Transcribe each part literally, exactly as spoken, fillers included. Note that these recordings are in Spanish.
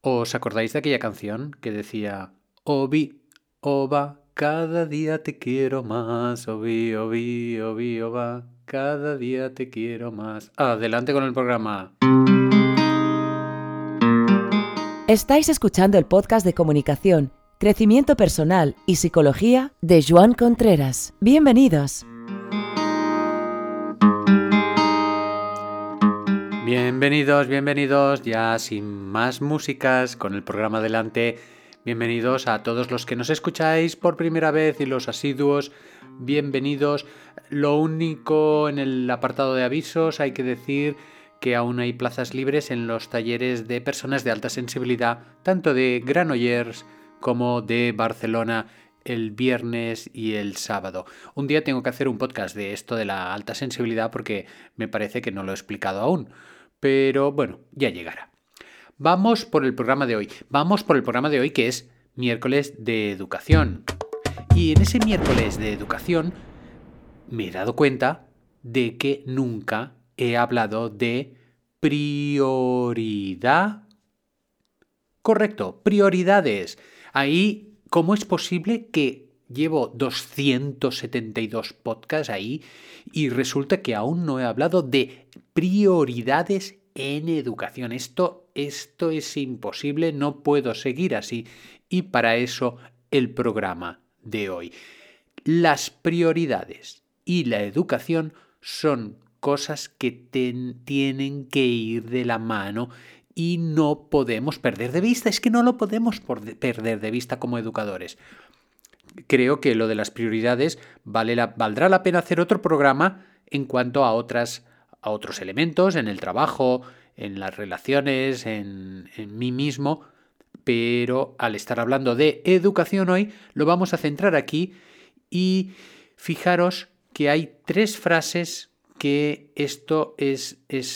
¿Os acordáis de aquella canción que decía Obi, Oba, cada día te quiero más, Obi, Obi, Obi, Oba, cada día te quiero más? Adelante con el programa. Estáis escuchando el podcast de comunicación, crecimiento personal y psicología de Joan Contreras. Bienvenidos. Bienvenidos, bienvenidos, ya sin más músicas, con el programa adelante. Bienvenidos a todos los que nos escucháis por primera vez y los asiduos. Bienvenidos. Lo único en el apartado de avisos hay que decir que aún hay plazas libres en los talleres de personas de alta sensibilidad, tanto de Granollers como de Barcelona, el viernes y el sábado. Un día tengo que hacer un podcast de esto de la alta sensibilidad porque me parece que no lo he explicado aún. Pero bueno, ya llegará. Vamos por el programa de hoy. Vamos por el programa de hoy que es miércoles de educación. Y en ese miércoles de educación me he dado cuenta de que nunca he hablado de prioridad. Correcto, prioridades. Ahí, ¿cómo es posible que llevo doscientos setenta y dos podcasts ahí y resulta que aún no he hablado de prioridades en educación? Esto, esto es imposible, no puedo seguir así. Y para eso el programa de hoy. Las prioridades y la educación son cosas que ten, tienen que ir de la mano y no podemos perder de vista. Es que no lo podemos perder de vista como educadores. Creo que lo de las prioridades vale la, valdrá la pena hacer otro programa en cuanto a, otras, a otros elementos, en el trabajo, en las relaciones, en, en mí mismo, pero al estar hablando de educación hoy, lo vamos a centrar aquí y fijaros que hay tres frases que esto es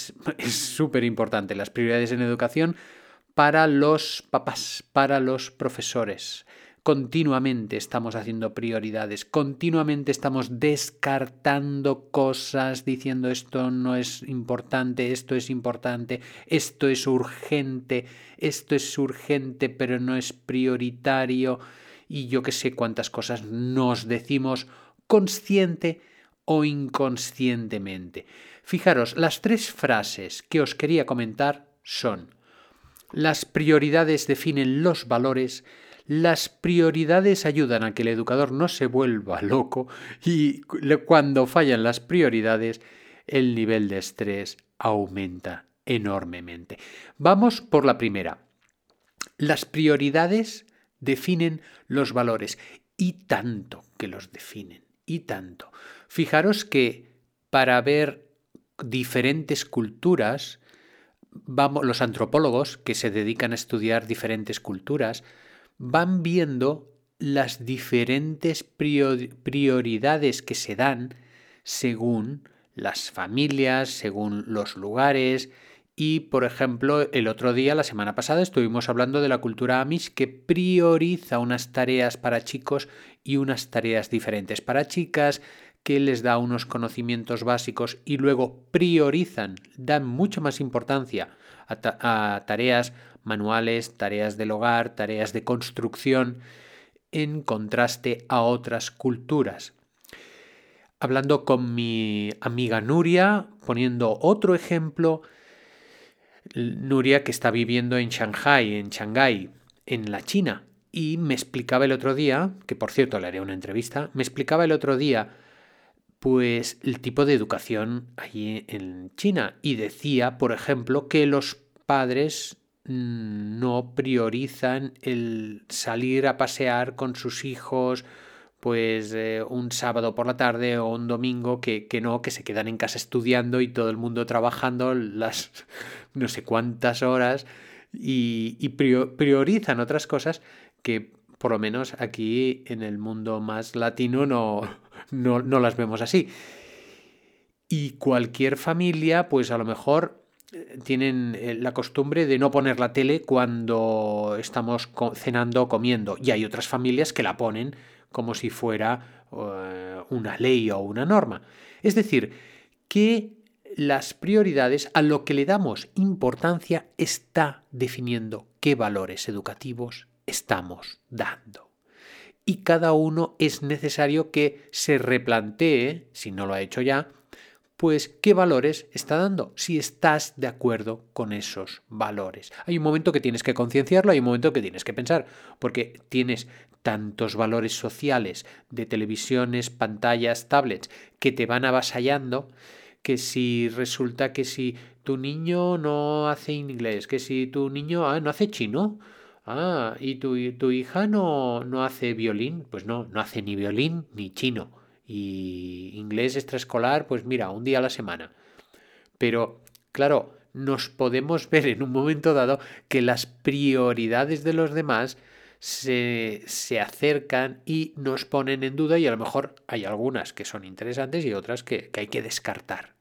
súper importante, las prioridades en educación para los papás, para los profesores. Continuamente estamos haciendo prioridades, continuamente estamos descartando cosas, diciendo esto no es importante, esto es importante, esto es urgente, esto es urgente pero no es prioritario y yo que sé cuántas cosas nos decimos consciente o inconscientemente. Fijaros, las tres frases que os quería comentar son: las prioridades definen los valores, las prioridades ayudan a que el educador no se vuelva loco y cuando fallan las prioridades, el nivel de estrés aumenta enormemente. Vamos por la primera. Las prioridades definen los valores y tanto que los definen, y tanto. Fijaros que para ver diferentes culturas, vamos, los antropólogos que se dedican a estudiar diferentes culturas van viendo las diferentes prioridades que se dan según las familias, según los lugares. Y, por ejemplo, el otro día, la semana pasada, estuvimos hablando de la cultura Amish que prioriza unas tareas para chicos y unas tareas diferentes para chicas, que les da unos conocimientos básicos y luego priorizan, dan mucha más importancia a, ta- a tareas manuales, tareas del hogar, tareas de construcción, en contraste a otras culturas. Hablando con mi amiga Nuria, poniendo otro ejemplo, Nuria que está viviendo en Shanghai, en Shanghái, en la China, y me explicaba el otro día, que por cierto le haré una entrevista, me explicaba el otro día pues el tipo de educación allí en China y decía, por ejemplo, que los padres no priorizan el salir a pasear con sus hijos pues eh, un sábado por la tarde o un domingo, que, que no, que se quedan en casa estudiando y todo el mundo trabajando las no sé cuántas horas y, y priorizan otras cosas que por lo menos aquí en el mundo más latino no, no, no las vemos así. Y cualquier familia, pues a lo mejor tienen la costumbre de no poner la tele cuando estamos cenando o comiendo. Y hay otras familias que la ponen como si fuera uh, una ley o una norma. Es decir, que las prioridades, a lo que le damos importancia, está definiendo qué valores educativos estamos dando. Y cada uno es necesario que se replantee, si no lo ha hecho ya, pues qué valores está dando, si estás de acuerdo con esos valores. Hay un momento que tienes que concienciarlo, hay un momento que tienes que pensar, porque tienes tantos valores sociales de televisiones, pantallas, tablets, que te van avasallando, que si resulta que si tu niño no hace inglés, que si tu niño ah, no hace chino, ah, y tu, tu hija no, no hace violín, pues no, no hace ni violín ni chino. Y inglés extraescolar, pues mira, un día a la semana. Pero, claro, nos podemos ver en un momento dado que las prioridades de los demás se, se acercan y nos ponen en duda, y a lo mejor hay algunas que son interesantes y otras que, que hay que descartar.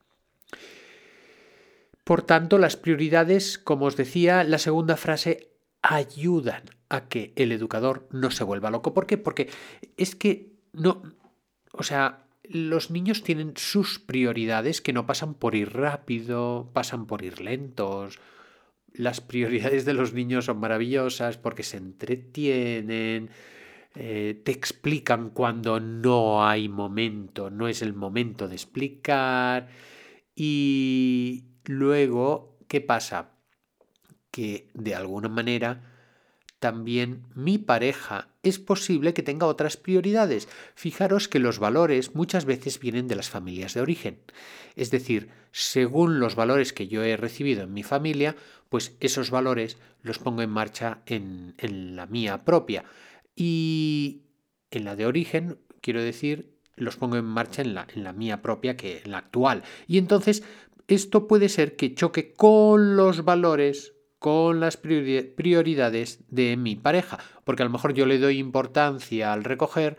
Por tanto, las prioridades, como os decía, la segunda frase, ayudan a que el educador no se vuelva loco. ¿Por qué? Porque es que no... O sea, los niños tienen sus prioridades que no pasan por ir rápido, pasan por ir lentos. Las prioridades de los niños son maravillosas porque se entretienen, eh, te explican cuando no hay momento, no es el momento de explicar. Y luego, ¿qué pasa? Que de alguna manera también mi pareja es posible que tenga otras prioridades. Fijaros que los valores muchas veces vienen de las familias de origen. Es decir, según los valores que yo he recibido en mi familia, pues esos valores los pongo en marcha en, en la mía propia. Y en la de origen, quiero decir, los pongo en marcha en la, en la mía propia, que en la actual. Y entonces, esto puede ser que choque con los valores, con las prioridades de mi pareja, porque a lo mejor yo le doy importancia al recoger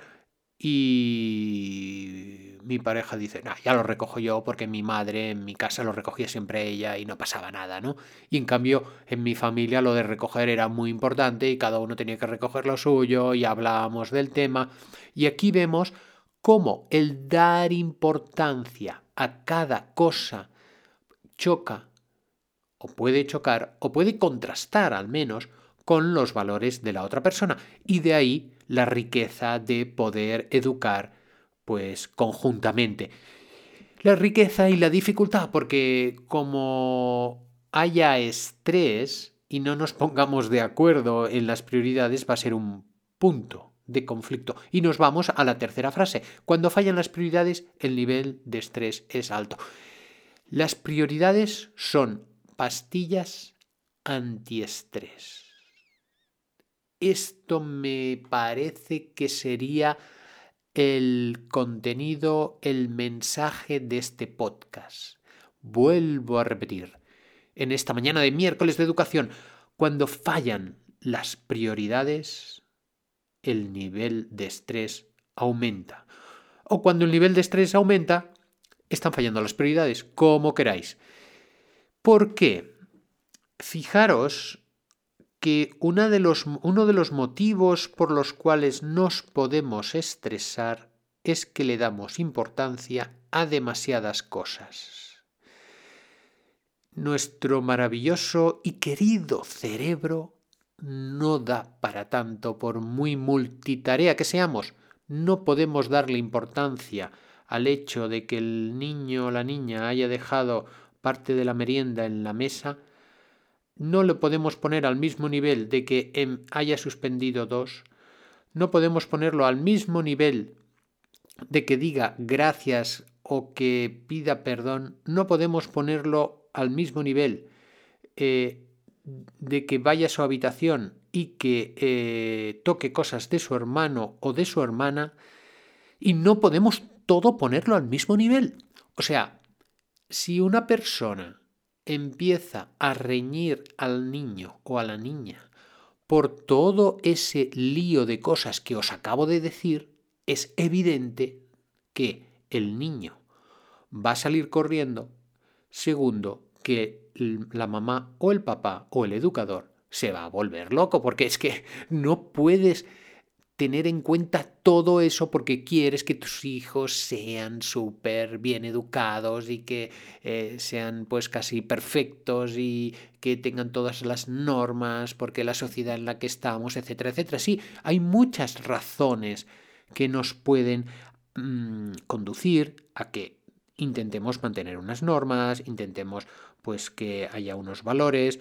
y mi pareja dice, no, ya lo recojo yo porque mi madre en mi casa lo recogía siempre ella y no pasaba nada, ¿no? Y en cambio en mi familia lo de recoger era muy importante y cada uno tenía que recoger lo suyo y hablábamos del tema. Y aquí vemos cómo el dar importancia a cada cosa choca o puede chocar o puede contrastar al menos con los valores de la otra persona, y de ahí la riqueza de poder educar pues conjuntamente. La riqueza y la dificultad, porque como haya estrés y no nos pongamos de acuerdo en las prioridades, va a ser un punto de conflicto. Y nos vamos a la tercera frase. Cuando fallan las prioridades, el nivel de estrés es alto. Las prioridades son pastillas antiestrés. Esto me parece que sería el contenido, el mensaje de este podcast. Vuelvo a repetir, en esta mañana de miércoles de educación, cuando fallan las prioridades, el nivel de estrés aumenta. O cuando el nivel de estrés aumenta, están fallando las prioridades, como queráis. ¿Por qué? Fijaros que una de los, uno de los motivos por los cuales nos podemos estresar es que le damos importancia a demasiadas cosas. Nuestro maravilloso y querido cerebro no da para tanto, por muy multitarea que seamos. No podemos darle importancia al hecho de que el niño o la niña haya dejado parte de la merienda en la mesa. No lo podemos poner al mismo nivel de que haya suspendido dos. No podemos ponerlo al mismo nivel de que diga gracias o que pida perdón. No podemos ponerlo al mismo nivel eh, de que vaya a su habitación y que eh, toque cosas de su hermano o de su hermana. Y no podemos todo ponerlo al mismo nivel. O sea, si una persona empieza a reñir al niño o a la niña por todo ese lío de cosas que os acabo de decir, es evidente que el niño va a salir corriendo. Segundo, que la mamá o el papá o el educador se va a volver loco, porque es que no puedes tener en cuenta todo eso porque quieres que tus hijos sean súper bien educados y que eh, sean pues casi perfectos y que tengan todas las normas porque la sociedad en la que estamos, etcétera, etcétera. Sí, hay muchas razones que nos pueden mmm, conducir a que intentemos mantener unas normas, intentemos pues que haya unos valores,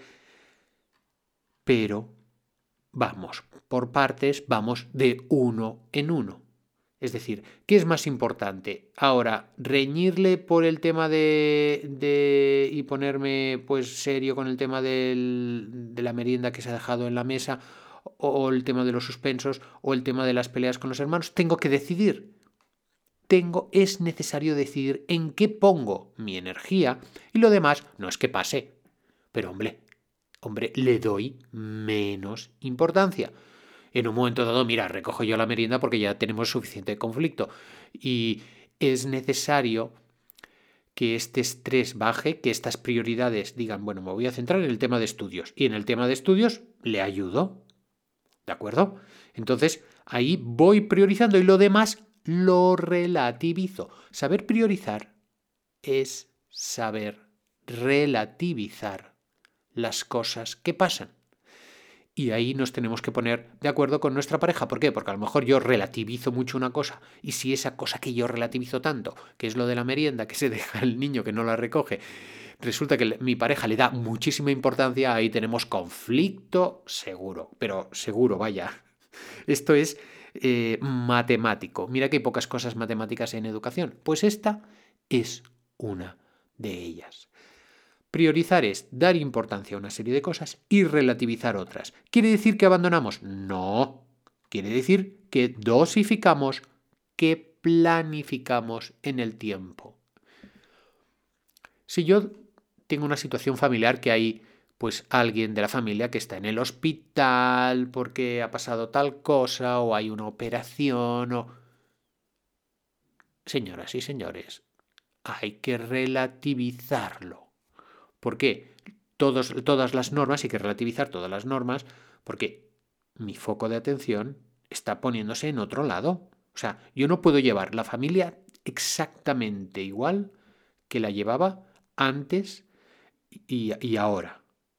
pero vamos por partes, vamos de uno en uno. Es decir, ¿qué es más importante? Ahora, reñirle por el tema de, de y ponerme pues serio con el tema del, de la merienda que se ha dejado en la mesa, o, o el tema de los suspensos, o el tema de las peleas con los hermanos. Tengo que decidir. Tengo, es necesario decidir en qué pongo mi energía y lo demás no es que pase. Pero hombre, hombre, le doy menos importancia. En un momento dado, mira, recojo yo la merienda porque ya tenemos suficiente conflicto. Y es necesario que este estrés baje, que estas prioridades digan, bueno, me voy a centrar en el tema de estudios. Y en el tema de estudios le ayudo. ¿De acuerdo? Entonces, ahí voy priorizando y lo demás lo relativizo. Saber priorizar es saber relativizar las cosas que pasan. Y ahí nos tenemos que poner de acuerdo con nuestra pareja. ¿Por qué? Porque a lo mejor yo relativizo mucho una cosa y si esa cosa que yo relativizo tanto, que es lo de la merienda, que se deja el niño que no la recoge, resulta que mi pareja le da muchísima importancia, ahí tenemos conflicto seguro, pero seguro, vaya. Esto es eh, matemático. Mira que hay pocas cosas matemáticas en educación. Pues esta es una de ellas. Priorizar es dar importancia a una serie de cosas y relativizar otras. ¿Quiere decir que abandonamos? No. Quiere decir que dosificamos, que planificamos en el tiempo. Si yo tengo una situación familiar que hay pues alguien de la familia que está en el hospital porque ha pasado tal cosa o hay una operación o... Señoras y señores, hay que relativizarlo. ¿Por qué? Todos, todas las normas, hay que relativizar todas las normas, porque mi foco de atención está poniéndose en otro lado. O sea, yo no puedo llevar la familia exactamente igual que la llevaba antes y, y ahora.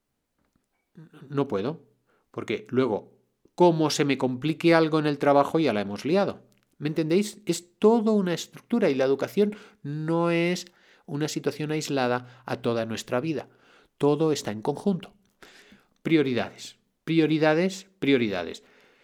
No puedo, porque luego, como se me complique algo en el trabajo, ya la hemos liado. ¿Me entendéis? Es toda una estructura y la educación no es una situación aislada a toda nuestra vida. Todo está en conjunto. Prioridades, prioridades, prioridades.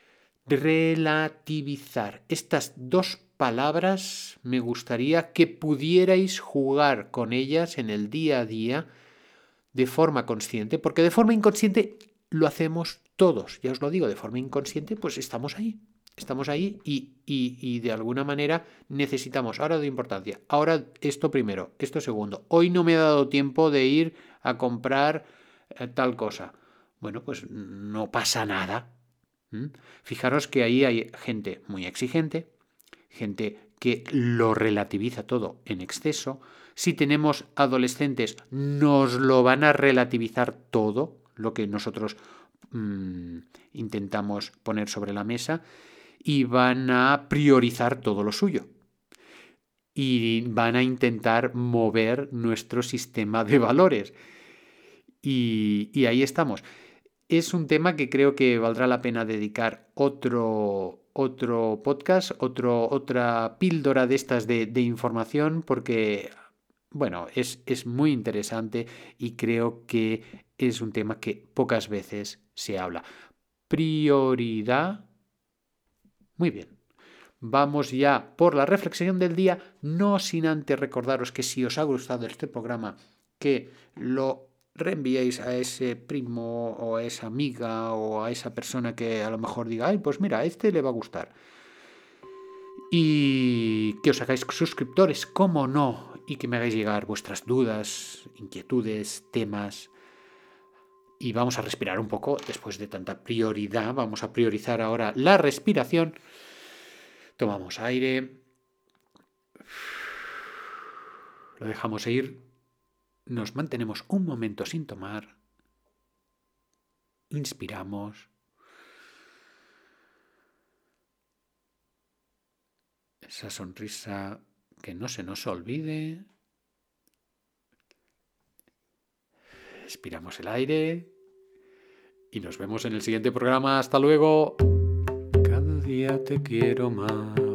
Relativizar. Estas dos palabras me gustaría que pudierais jugar con ellas en el día a día de forma consciente, porque de forma inconsciente lo hacemos todos. Ya os lo digo, de forma inconsciente, pues estamos ahí. Estamos ahí y, y, y de alguna manera necesitamos, ahora de importancia, ahora esto primero, esto segundo. Hoy no me ha dado tiempo de ir a comprar eh, tal cosa. Bueno, pues no pasa nada. ¿Mm? Fijaros que ahí hay gente muy exigente, gente que lo relativiza todo en exceso. Si tenemos adolescentes, nos lo van a relativizar todo, lo que nosotros mmm, intentamos poner sobre la mesa, y van a priorizar todo lo suyo. Y van a intentar mover nuestro sistema de valores. Y, y ahí estamos. Es un tema que creo que valdrá la pena dedicar otro, otro podcast, otro, otra píldora de estas de, de información, porque, bueno, es, es muy interesante y creo que es un tema que pocas veces se habla. Prioridad. Muy bien. Vamos ya por la reflexión del día, no sin antes recordaros que si os ha gustado este programa, que lo reenviéis a ese primo o a esa amiga o a esa persona que a lo mejor diga, ay, pues mira, a este le va a gustar. Y que os hagáis suscriptores, cómo no, y que me hagáis llegar vuestras dudas, inquietudes, temas. Y vamos a respirar un poco después de tanta prioridad. Vamos a priorizar ahora la respiración. Tomamos aire. Lo dejamos ir. Nos mantenemos un momento sin tomar. Inspiramos. esa sonrisa que no se nos olvide. Expiramos el aire y nos vemos en el siguiente programa. Hasta luego. Cada día te quiero más.